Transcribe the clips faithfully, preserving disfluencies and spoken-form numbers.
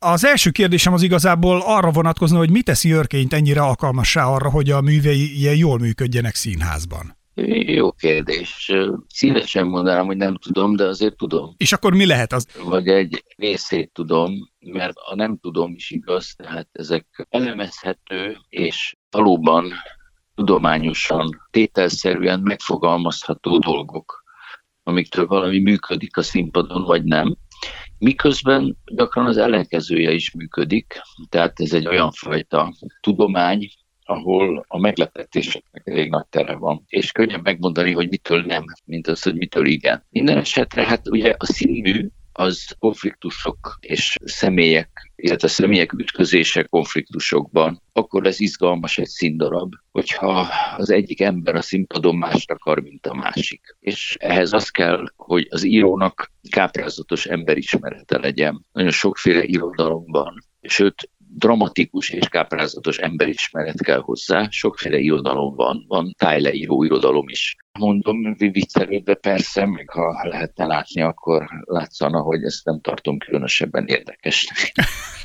Az első kérdésem az igazából arra vonatkozna, hogy mi teszi Örkényt ennyire alkalmassá arra, hogy a művei ilyen jól működjenek színházban. Jó kérdés. Szívesen mondanám, hogy nem tudom, de azért tudom. És akkor mi lehet az? Vagy egy részét tudom, mert a nem tudom is igaz, tehát ezek elemezhető és valóban tudományosan, tételszerűen megfogalmazható dolgok, amiktől valami működik a színpadon, vagy nem. Miközben gyakran az ellenkezője is működik, tehát ez egy olyan fajta tudomány, ahol a meglepetéseknek elég nagy tere van, és könnyebb megmondani, hogy mitől nem, mint az, hogy mitől igen. Minden esetre hát ugye a színmű az konfliktusok és személyek, illetve személyek ütközése konfliktusokban, akkor ez izgalmas egy színdarab, hogyha az egyik ember a színpadon mást akar, mint a másik. És ehhez az kell, hogy az írónak káprázatos emberismerete legyen. Nagyon sokféle irodalomban, sőt, dramatikus és káprázatos emberismeret kell hozzá. Sokféle irodalom van, van tájleíró irodalom is. Mondom, viccelődve persze, meg ha lehetne látni, akkor látszana, hogy ezt nem tartom különösebben érdekesnek.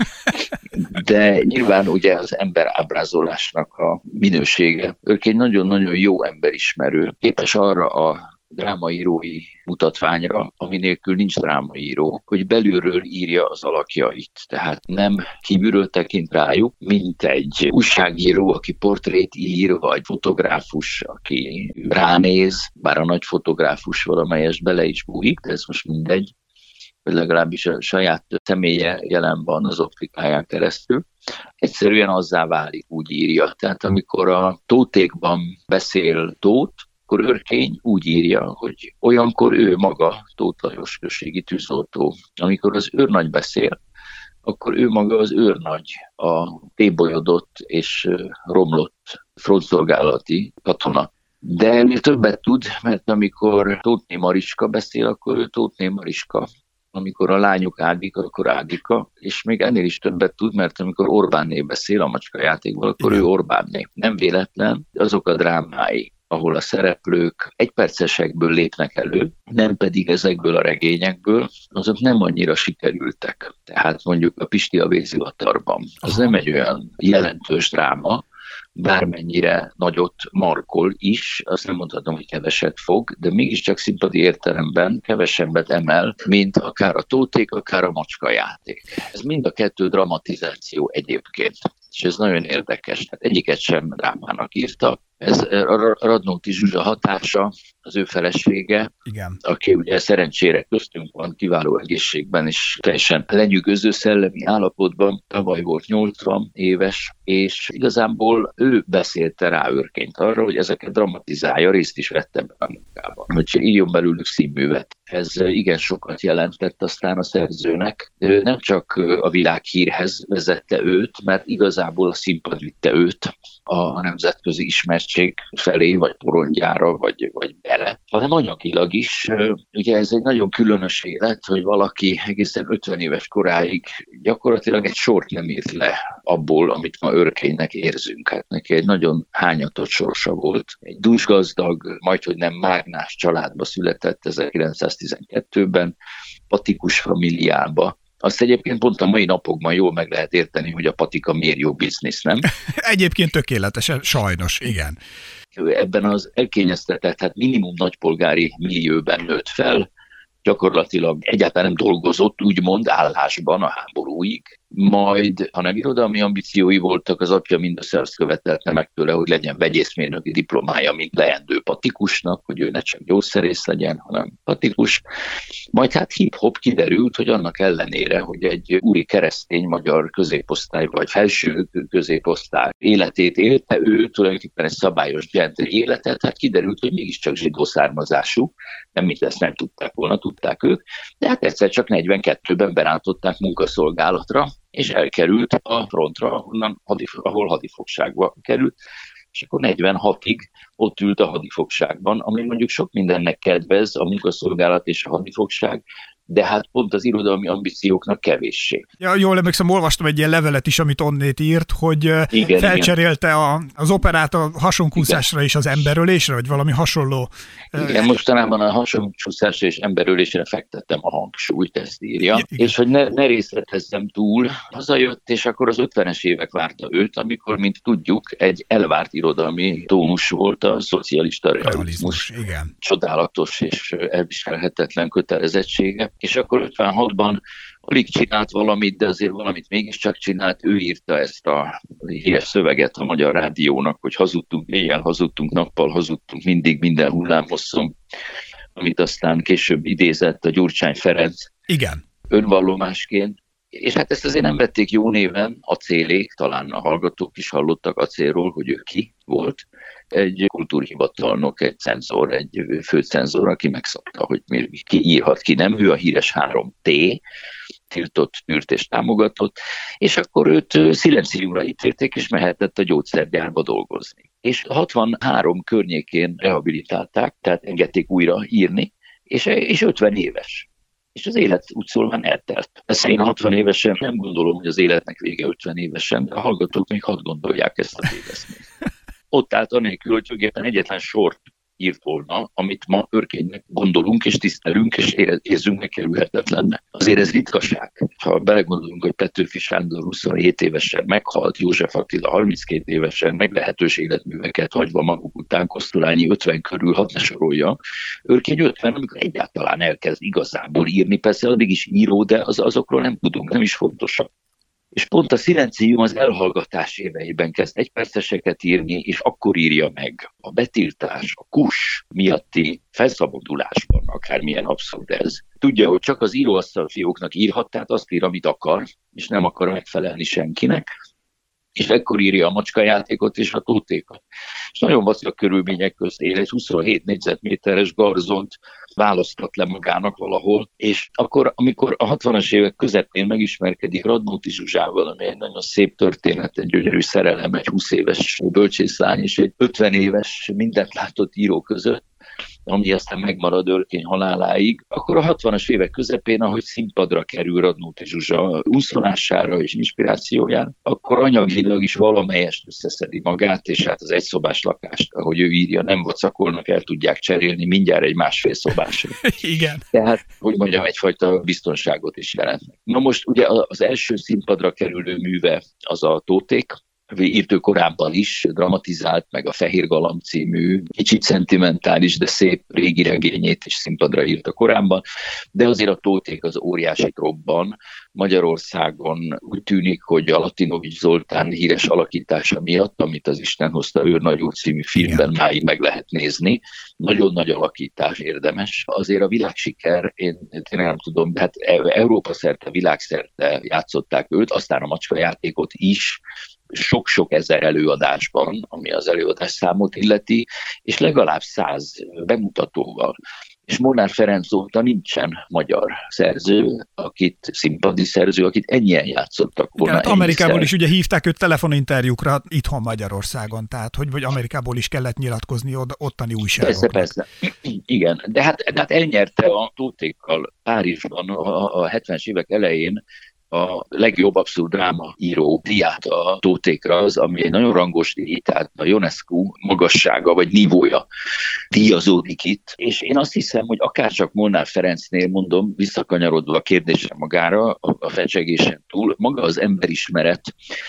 De nyilván ugye az ember ábrázolásnak a minősége. Örkény nagyon-nagyon jó emberismerő, képes arra a drámaírói mutatványra, ami nélkül nincs drámaíró, hogy belülről írja az alakjait. Tehát nem kívülről tekint rájuk, mint egy újságíró, aki portrét ír, vagy fotográfus, aki ránéz, bár a nagy fotográfus valamelyest bele is bújik, de ez most mindegy, vagy legalábbis a saját személye jelen van az optikáján keresztül. Egyszerűen azzá válik, úgy írja. Tehát amikor a Tótékban beszél Tóth, akkor Örkény úgy írja, hogy olyankor ő maga Tóth Lajos községi tűzoltó. Amikor az őrnagy beszél, akkor ő maga az őrnagy, a tébolyodott és romlott frontszolgálati katona. De ennél többet tud, mert amikor Tóthné Mariska beszél, akkor ő Tóthné Mariska. Amikor a lányok Ágika, akkor Ágika, és még ennél is többet tud, mert amikor Orbánné beszél a macska játékból, akkor ő Orbánné. Nem véletlen, azok a drámái, ahol a szereplők egypercesekből lépnek elő, nem pedig ezekből a regényekből, azok nem annyira sikerültek. Tehát mondjuk a Pisti a vízivatarban. Az nem egy olyan jelentős dráma, bármennyire nagyot markol is, azt nem mondhatom, hogy keveset fog, de mégiscsak színpadi értelemben kevesebbet emel, mint akár a Tóték, akár a macska játék. Ez mind a kettő dramatizáció egyébként, és ez nagyon érdekes. Hát egyiket sem drámának írta. Ez Radnóti Zsuzsa hatása, az ő felesége, igen, aki ugye szerencsére köztünk van, kiváló egészségben és teljesen lenyűgöző szellemi állapotban, tavaly volt nyolcvan éves, és igazából ő beszélte rá Örkényt arra, hogy ezeket dramatizálja, részt is vett ebben a munkában, hogy írjon belőlük színművet. Ez igen sokat jelentett aztán a szerzőnek. Ő nem csak a világhírhez vezette őt, mert igazából a színpad vitte őt a nemzetközi ismertség felé, vagy porondjára, vagy, vagy bele, hanem anyagilag is. Ugye ez egy nagyon különös élet, hogy valaki egészen ötven éves koráig gyakorlatilag egy sort nem írt le abból, amit ma Örkénynek érzünk. Hát neki egy nagyon hányatott sorsa volt. Egy dúsgazdag, majdhogy nem mágnás családba született ezerkilencszáztizenkettőben, patikus familiába. Azt egyébként pont a mai napokban jól meg lehet érteni, hogy a patika miért jó biznisz, nem? Egyébként tökéletesen, sajnos, igen. Ebben az elkényeztetett, hát minimum nagypolgári millióben nőtt fel, gyakorlatilag egyáltalán nem dolgozott, úgymond állásban a háborúig, majd, ha nem irodalmi ambíciói voltak, az apja mindössze azt követelte meg tőle, hogy legyen vegyészmérnöki diplomája, mint leendő patikusnak, hogy ő ne csak gyógyszerész legyen, hanem patikus. Majd hát hip-hop kiderült, hogy annak ellenére, hogy egy úri keresztény magyar középosztály, vagy felső középosztály életét élte, ő tulajdonképpen egy szabályos gentry életet, hát kiderült, hogy mégiscsak zsidó származású, nem mindezt nem tudták volna, tudták ők, de hát egyszer csak negyvenkettőben berántották munkaszolgálatra, és elkerült a frontra, ahonnan hadif- ahol hadifogságba került, és akkor negyvenhatig ott ült a hadifogságban, ami mondjuk sok mindennek kedvez, a munkaszolgálat és a hadifogság, de hát pont az irodalmi ambícióknak kevéssé. Ja, jól emlékszem, olvastam egy ilyen levelet is, amit onnét írt, hogy igen, felcserélte igen. A, az operát a hasonkúszásra és az emberölésre, vagy valami hasonló. Igen, mostanában a hasonkúszásra és emberölésre fektettem a hangsúlyt, ezt írja. Igen. És hogy ne, ne részletezzem túl, hazajött, és akkor az ötvenes évek várta őt, amikor, mint tudjuk, egy elvárt irodalmi tónus volt a szocialista realizmus. Igen. Csodálatos és elviselhetetlen kötelezettsége. És akkor ötvenhatban alig csinált valamit, de azért valamit mégiscsak csinált. Ő írta ezt a híres szöveget a Magyar Rádiónak, hogy hazudtunk éjjel, hazudtunk nappal, hazudtunk mindig minden hullámhosszon, amit aztán később idézett a Gyurcsány Ferenc. Igen. Önvallomásként. És hát ezt azért nem vették jó néven, Acélék, talán a hallgatók is hallottak Acélról, hogy ő ki volt. Egy kultúrhivatalnok, egy cenzor, egy főcenzor, aki megszabta, hogy ki írhat, ki nem. Ő a híres három T, tiltott, tűrt és támogatott, és akkor őt szilenciumra ítélték, és mehetett a gyógyszergyárba dolgozni. És hatvanhárom környékén rehabilitálták, tehát engedték újra írni, és, és ötven éves. És az élet úgy szólván eltelt. Ezt én hatvan évesen nem gondolom, hogy az életnek vége ötven évesen, de a hallgatók még hadd gondolják ezt a téveszmét. Ott állt anélkül, hogy tulajdonképpen egyetlen sort írt volna, amit ma Örkénynek gondolunk és tisztelünk, és érzünk megkerülhetetlennek. Azért ez ritkaság. Ha belegondolunk, hogy Petőfi Sándor huszonhét évesen meghalt, József Attila harminckét évesen, meglehetős életműveket hagyva maguk után, Kosztolányi ötven körül, hadd ne sorolja. Örkény ötven, amikor egyáltalán elkezd igazából írni, persze addig is író, de az, azokról nem tudunk, nem is fontosak. És pont a szilencium az elhallgatás éveiben kezd egyperceseket írni, és akkor írja meg a betiltás, a kus miatti felszabadulásban, akármilyen abszurd ez. Tudja, hogy csak az íróasztal fióknak írhat, tehát azt ír, amit akar, és nem akar megfelelni senkinek, és ekkor írja a macskajátékot és a tótékat. És nagyon vacak körülmények közt él, egy huszonhét négyzetméteres garzont választott le magának valahol, és akkor, amikor a hatvanas évek közepén megismerkedik Radnóti Zsuzsával, ami egy nagyon szép történet, egy gyönyörű szerelem, egy húsz éves bölcsészlány és egy ötven éves mindent látott író között, ami aztán megmarad Örkény haláláig, akkor a hatvanas évek közepén, ahogy színpadra kerül Radnóti Zsuzsa úszolására és inspirációjára, akkor anyagilag is valamelyest összeszedi magát, és hát az egyszobás lakást, ahogy ő írja, nem vacakolnak, el tudják cserélni mindjárt egy másfél szobásra. Igen. Tehát, hogy mondjam, egyfajta biztonságot is jelentnek. Na most ugye az első színpadra kerülő műve az a Tóték, írt ő korábban is, dramatizált, meg a Fehér Galamb című, kicsit szentimentális, de szép régi regényét is színpadra írta korábban, de azért a Tóték az óriási robban. Magyarországon úgy tűnik, hogy a Latinovics Zoltán híres alakítása miatt, amit az Isten hozta őrnagy úr című filmben máig meg lehet nézni, nagyon nagy alakítás, érdemes. Azért a világsiker, én tényleg nem tudom, de hát Európa szerte, világszerte játszották őt, aztán a macskajátékot is, sok-sok ezer előadásban, ami az előadás számot illeti, és legalább száz bemutatóval. És Molnár Ferenc óta nincsen magyar szerző, akit, színpadi szerző, akit ennyien játszottak volna. Hát Amerikából is ugye hívták őt telefoninterjúkra itthon Magyarországon, tehát hogy vagy Amerikából is kellett nyilatkozni ott, ottani újságoknak. Persze, persze. Igen, de hát, de hát elnyerte a Tótékkal Párizsban a, a hetvenes évek elején a legjobb abszurd dráma író díját a Tótékra, az, ami egy nagyon rangos díj, tehát a UNESCO magassága vagy nívója díjazódik itt. És én azt hiszem, hogy akárcsak Molnár Ferencnél, mondom, visszakanyarodva a kérdésre magára, a, a fecsegésen túl, maga az emberismeret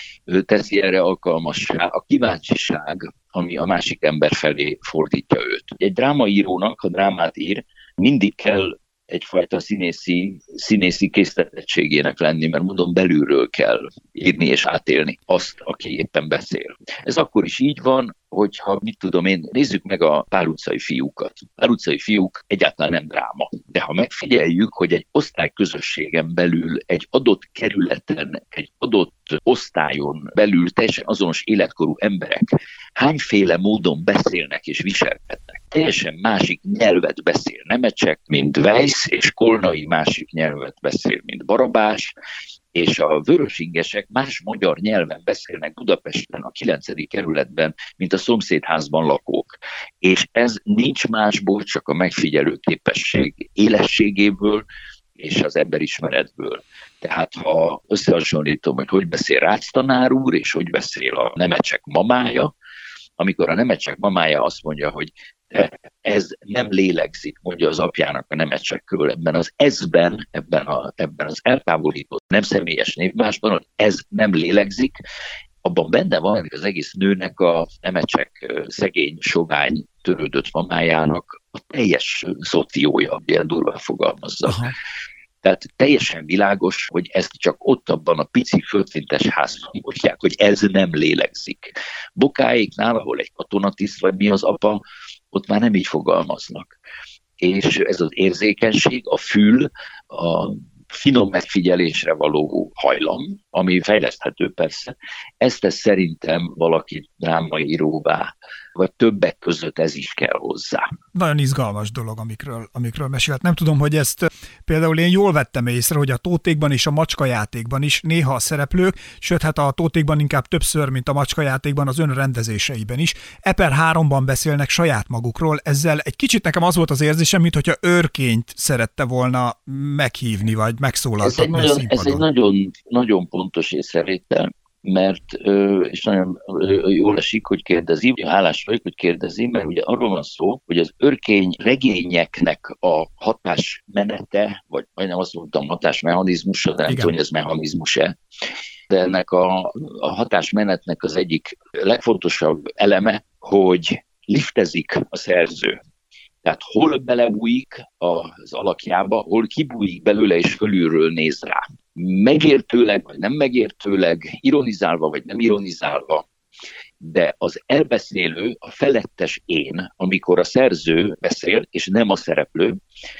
teszi erre alkalmassá, a kíváncsiság, ami a másik ember felé fordítja őt. Egy drámaírónak, ha drámát ír, mindig kell egyfajta színészi, színészi késztetettségének lenni, mert mondom, belülről kell írni és átélni azt, aki éppen beszél. Ez akkor is így van, hogyha, mit tudom én, nézzük meg a Pál utcai fiúkat. Pál utcai fiúk egyáltalán nem dráma. De ha megfigyeljük, hogy egy osztályközösségen belül, egy adott kerületen, egy adott osztályon belül teljesen azonos életkorú emberek hányféle módon beszélnek és viselkednek. Teljesen másik nyelvet beszél Nemecsek, mint Weiss, és Kolnai másik nyelvet beszél, mint Barabás, és a vörösingesek más magyar nyelven beszélnek Budapesten, a kilencedik kerületben, mint a szomszédházban lakók. És ez nincs másból, csak a megfigyelő képesség élességéből, és az emberismeretből. Tehát ha összehasonlítom, hogy hogy beszél Rácz tanár úr, és hogy beszél a Nemecsek mamája, amikor a Nemecsek mamája azt mondja, hogy ez nem lélegzik, mondja az apjának a Nemecsekről, ebben az ezben, ebben, a, ebben az eltávolított, nem személyes névmásban, hogy ez nem lélegzik, abban benne van, hogy az egész nőnek a Nemecsek szegény, sovány, törődött mamájának a teljes szociója, ilyen durván fogalmazza. Aha. Tehát teljesen világos, hogy ezt csak ott abban a pici földszintes házban mondják, hogy ez nem lélegzik. Bokáiknál, ahol egy katonatiszt vagy mi az apa, ott már nem így fogalmaznak. És ez az érzékenység, a fül, a finom megfigyelésre való hajlam, ami fejleszthető persze, ezt tesz szerintem valaki drámaíróvá, vagy többek között ez is kell hozzá. Nagyon izgalmas dolog, amikről, amikről mesélt. Nem tudom, hogy ezt például én jól vettem észre, hogy a Tótékban és a Macskajátékban is néha a szereplők, sőt, hát a Tótékban inkább többször, mint a Macskajátékban az ön rendezéseiben is, eper háromban beszélnek saját magukról. Ezzel egy kicsit nekem az volt az érzésem, mintha őrként szerette volna meghívni, vagy megszólaltatni ez egy nagyon, Ez egy nagyon, nagyon pontos észrevétel, mert, és nagyon jól esik, hogy kérdezi, hálás vagyok, hogy kérdezi, mert ugye arról van szó, hogy az örkény regényeknek a hatásmenete, vagy majdnem azt mondtam hatásmechanizmusa, de nem tudom, hogy ez mechanizmus-e, de ennek a, a hatásmenetnek az egyik legfontosabb eleme, hogy liftezik a szerző. Tehát hol belebújik az alakjába, hol kibújik belőle és fölülről néz rá. Megértőleg, vagy nem megértőleg, ironizálva, vagy nem ironizálva, de az elbeszélő, a felettes én, amikor a szerző beszél, és nem a szereplő,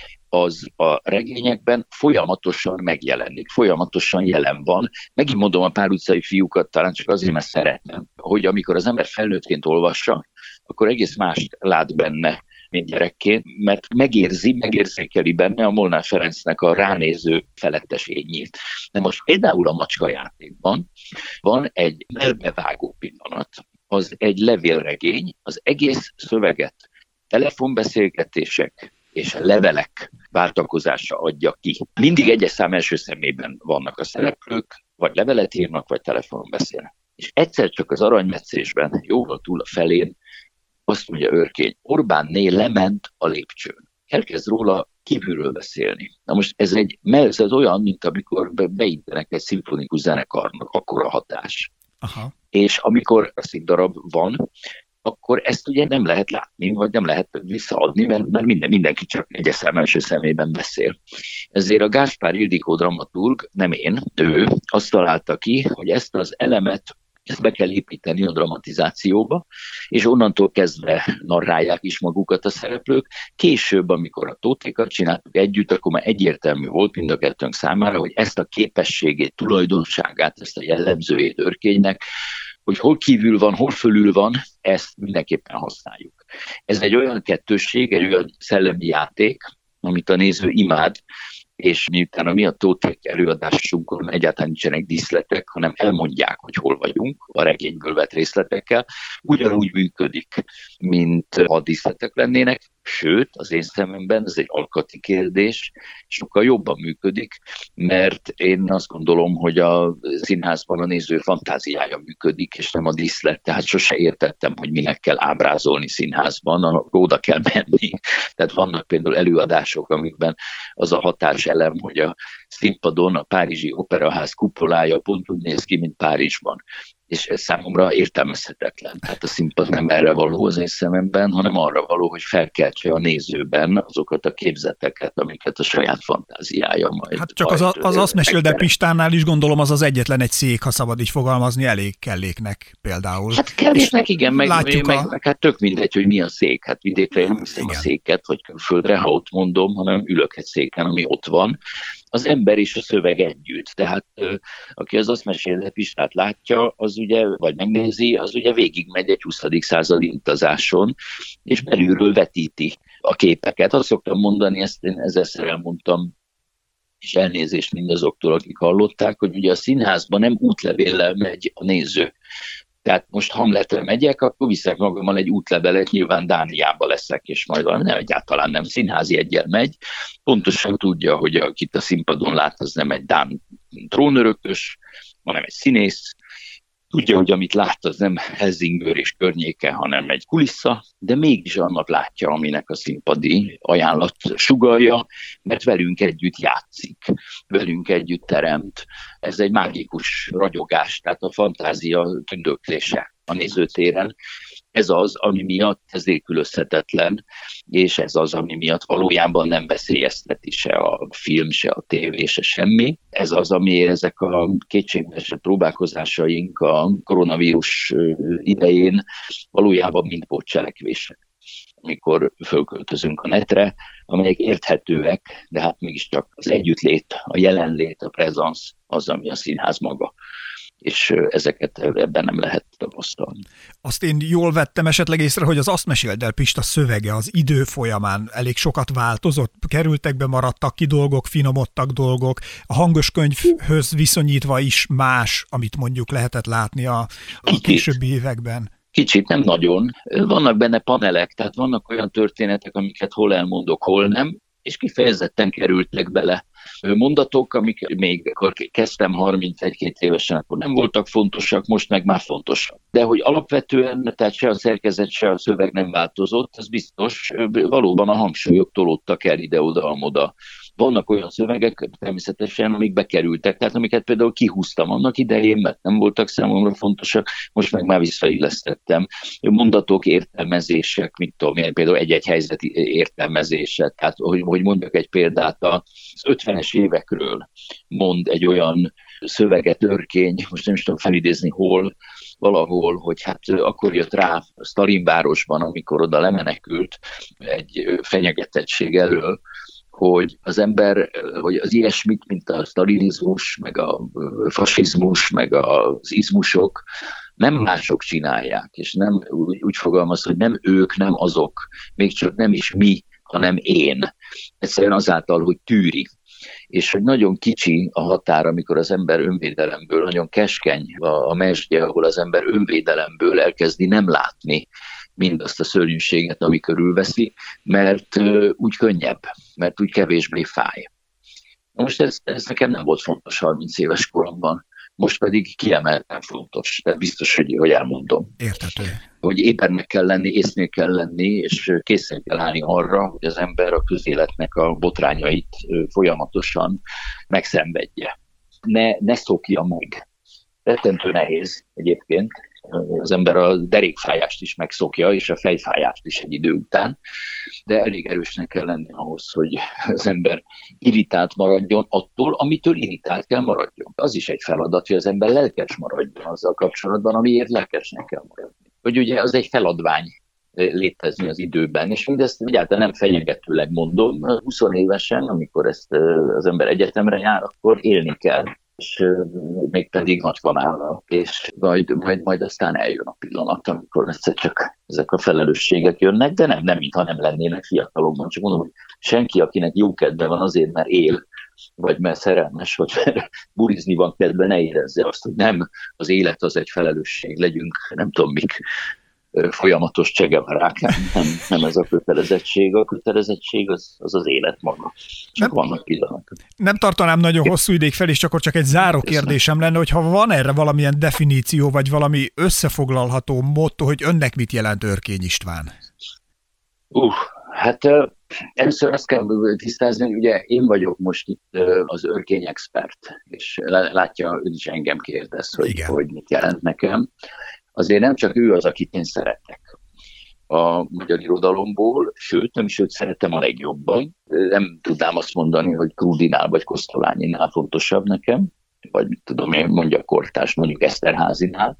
az a regényekben folyamatosan megjelenik, folyamatosan jelen van. Megint mondom a Pár utcai fiúkat, talán csak azért, mert szeretem, hogy amikor az ember felnőttként olvassa, akkor egész mást lát benne, mint gyerekként, mert megérzi, megérzékeli benne a Molnár Ferencnek a ránéző felettes ényét. De most például a Macskajátékban van egy melbevágó pillanat, az egy levélregény, az egész szöveget telefonbeszélgetések és levelek váltakozása adja ki. Mindig egyes szám első szemében vannak a szereplők, vagy levelet írnak, vagy telefonon beszélnek. És egyszer csak az aranymetszésben, jóval túl a felén, azt mondja Őrkény, Orbánné lement a lépcsőn. Elkezd róla kívülről beszélni. Na most ez egy, ez olyan, mint amikor beintenek egy szimfonikus zenekarnak, akkor a hatás. Aha. És amikor a színdarab van, akkor ezt ugye nem lehet látni, vagy nem lehet visszaadni, mert, mert minden, mindenki csak egyes szám első szemében beszél. Ezért a Gáspár Ildikó dramaturg, nem én, ő azt találta ki, hogy ezt az elemet ezt be kell építeni a dramatizációba, és onnantól kezdve narrálják is magukat a szereplők. Később, amikor a Tótékat csináltuk együtt, akkor már egyértelmű volt mind a kettőnk számára, hogy ezt a képességét, tulajdonságát, ezt a jellemzőjét Őrkénynek, hogy hol kívül van, hol fölül van, ezt mindenképpen használjuk. Ez egy olyan kettősség, egy olyan szellemi játék, amit a néző imád, és miután a mi a Tóték előadásunkon egyáltalán nincsenek díszletek, hanem elmondják, hogy hol vagyunk a regényből vett részletekkel, ugyanúgy működik, mint ha díszletek lennének, sőt, az én szememben ez egy alkati kérdés, sokkal jobban működik, mert én azt gondolom, hogy a színházban a néző fantáziája működik, és nem a díszlet, tehát sose értettem, hogy minek kell ábrázolni színházban, oda kell menni. Tehát vannak például előadások, amikben az a hatáselem, hogy a színpadon a Párizsi Operaház kupolája pont úgy néz ki, mint Párizsban. És ez számomra értelmezhetetlen. Tehát a színpad nem erre való az én szememben, hanem arra való, hogy felkeltse a nézőben azokat a képzeteket, amiket a saját fantáziája majd... Hát csak az, az azt mesél, de Pistánál is gondolom az az egyetlen egy szék, ha szabad így fogalmazni, elég kelléknek például. Hát kelléknek igen, meg, meg, a... meg hát tök mindegy, hogy mi a szék. Hát vidékre én nem hiszem a széket, vagy külföldre, ha ott mondom, hanem ülök egy széken, ami ott van. Az ember és a szöveg együtt. Tehát aki az azt mesélve Pistát látja, az ugye, vagy megnézi, az ugye végigmegy egy huszadik századi utazáson, és belülről vetíti a képeket. Azt szoktam mondani, ezt én ezerszer elmondtam, és elnézést mindazoktól, akik hallották, hogy ugye a színházban nem útlevéllel megy a néző. Tehát most Hamletre megyek, akkor viszek magammal egy útlevelet, nyilván Dániába leszek, és majd valami, nem, egyáltalán nem színházi eggyel megy. Pontosan tudja, hogy akit a színpadon lát, az nem egy dán trónörökös, hanem egy színész. Tudja, hogy amit lát, az nem Helsingör és környéke, hanem egy kulissza, de mégis annak látja, aminek a színpadi ajánlat sugallja, mert velünk együtt játszik, velünk együtt teremt. Ez egy mágikus ragyogás, tehát a fantázia tündöklése a nézőtéren. Ez az, ami miatt ez nélkülözhetetlen, és ez az, ami miatt valójában nem veszélyezteti se a film, se a tévé, se semmi. Ez az, ami ezek a kétségbeesett próbálkozásaink a koronavírus idején valójában mind pótcselekvések, amikor fölköltözünk a netre, amelyek érthetőek, de hát mégiscsak az együttlét, a jelenlét, a prezansz az, ami a színház maga. És ezeket ebben nem lehet tapasztalni. Azt én jól vettem esetleg észre, hogy az Azt meséld el, Pista szövege az idő folyamán elég sokat változott, kerültek be, maradtak ki dolgok, finomodtak dolgok, a hangos könyvhöz viszonyítva is más, amit mondjuk lehetett látni a, a későbbi években. Kicsit, nem nagyon. Vannak benne panelek, tehát vannak olyan történetek, amiket hol elmondok, hol nem, és kifejezetten kerültek bele mondatok, amik még akkor kezdtem harmincegy-két évesen, akkor nem voltak fontosak, most meg már fontosak. De hogy alapvetően, tehát se a szerkezet, se a szöveg nem változott, ez biztos, valóban a hangsúlyok tolódtak el ide-oda-amoda. Vannak olyan szövegek természetesen, amik bekerültek, tehát amiket például kihúztam annak idején, mert nem voltak számomra fontosak, most meg már visszaillesztettem. Mondatok, értelmezések, mit tudom én, például egy-egy helyzeti értelmezése. Tehát, hogy, hogy mondjak egy példát, az ötvenes évekről mond egy olyan szöveget Örkény, most nem is tudom felidézni hol, valahol, hogy hát akkor jött rá Sztalinvárosban, amikor oda lemenekült egy fenyegetettség elől, hogy az ember, hogy az ilyesmit, mint a sztalinizmus, meg a fasizmus, meg az izmusok, nem mások csinálják, és nem úgy, úgy fogalmaz, hogy nem ők, nem azok, még csak nem is mi, hanem én. Egyszerűen azáltal, hogy tűri. És hogy nagyon kicsi a határ, amikor az ember önvédelemből, nagyon keskeny a mesdje, ahol az ember önvédelemből elkezdi nem látni mindazt a szörnyűséget, ami körülveszi, mert uh, úgy könnyebb, mert úgy kevésbé fáj. Most ez, ez nekem nem volt fontos harminc éves koromban, most pedig kiemelten fontos, tehát biztos, hogy, hogy elmondom. Érthető. Hogy ébernek kell lenni, észnél kell lenni, és készen kell állni arra, hogy az ember a közéletnek a botrányait folyamatosan megszenvedje. Ne, ne szokja meg. Rettentő nehéz egyébként. Az ember a derékfájást is megszokja, és a fejfájást is egy idő után, de elég erősnek kell lenni ahhoz, hogy az ember irritált maradjon attól, amitől irritált kell maradjon. Az is egy feladat, hogy az ember lelkes maradjon azzal kapcsolatban, amiért lelkesnek kell maradni. Hogy ugye az egy feladvány létezni az időben, és mindezt egyáltalán nem fenyegetőleg mondom, húsz évesen, amikor ezt az ember egyetemre jár, akkor élni kell, és mégpedig nagy kanállal, és majd, majd, majd aztán eljön a pillanat, amikor egyszer csak ezek a felelősségek jönnek, de nem, nem mintha nem lennének fiatalokban, csak mondom, hogy senki, akinek jó kedve van azért, mert él, vagy mert szerelmes, vagy mert burizni van kedve, ne érezze azt, hogy nem, az élet az egy felelősség, legyünk, nem tudom mik, folyamatos csegevarák, nem, nem, nem ez a kötelezettség, a kötelezettség az az, az élet maga. Csak nem, vannak pillanatok. Nem tartanám nagyon hosszú ideig fel, és akkor csak egy záró kérdésem lenne, hogy ha van erre valamilyen definíció, vagy valami összefoglalható motto, hogy önnek mit jelent Örkény István? Uh, hát uh, először azt kell tisztázni, hogy ugye én vagyok most itt uh, az Örkény expert, és látja, ön is engem kérdez, hogy, hogy mit jelent nekem. Azért nem csak ő az, akit én szeretek a magyar irodalomból, sőt, nem is őt szeretem a legjobban. Nem tudnám azt mondani, hogy Krúdinál vagy Kosztolánynál fontosabb nekem, vagy mit tudom én, mondja Kortárs, mondjuk Eszterházinál.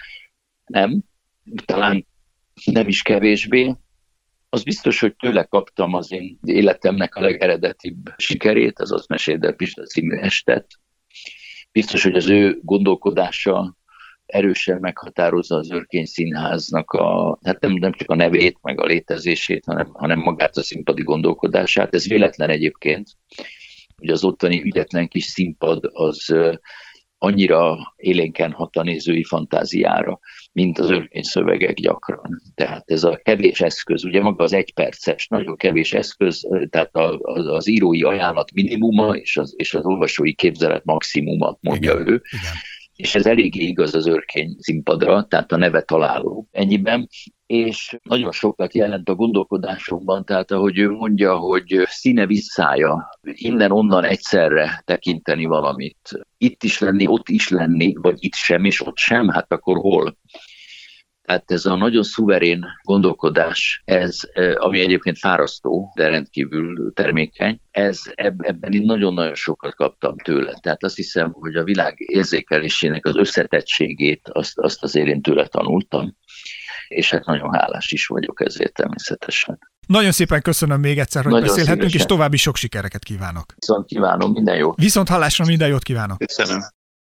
Nem, talán nem is kevésbé. Az biztos, hogy tőle kaptam az én életemnek a legeredetibb sikerét, az Azt meséld el, Pista című estet. Biztos, hogy az ő gondolkodása erősen meghatározza az Örkény Színháznak a, hát nem, nem csak a nevét, meg a létezését, hanem, hanem magát a színpadi gondolkodását. Ez véletlen egyébként, hogy az ottani ügyetlen kis színpad az annyira élénken hat a nézői fantáziára, mint az örkényszövegek gyakran. Tehát ez a kevés eszköz, ugye maga az egyperces, nagyon kevés eszköz, tehát az, az írói ajánlat minimuma és az, és az olvasói képzelet maximuma, mondja igen, ő. Igen. És ez eléggé igaz az örkény színpadra, tehát a neve találó ennyiben, és nagyon sokat jelent a gondolkodásomban, tehát ahogy ő mondja, hogy színe visszája, innen-onnan egyszerre tekinteni valamit, itt is lenni, ott is lenni, vagy itt sem, és ott sem, hát akkor hol? Tehát ez a nagyon szuverén gondolkodás, ez, ami egyébként fárasztó, de rendkívül termékeny, ez, ebben én nagyon-nagyon sokat kaptam tőle. Tehát azt hiszem, hogy a világ érzékelésének az összetettségét, azt, azt azért én tőle tanultam, és hát nagyon hálás is vagyok ezért természetesen. Nagyon szépen köszönöm még egyszer, hogy nagyon beszélhetünk, szívesen. És további sok sikereket kívánok. Viszont kívánom, minden jót. Viszont hallásra minden jót kívánok. Köszönöm.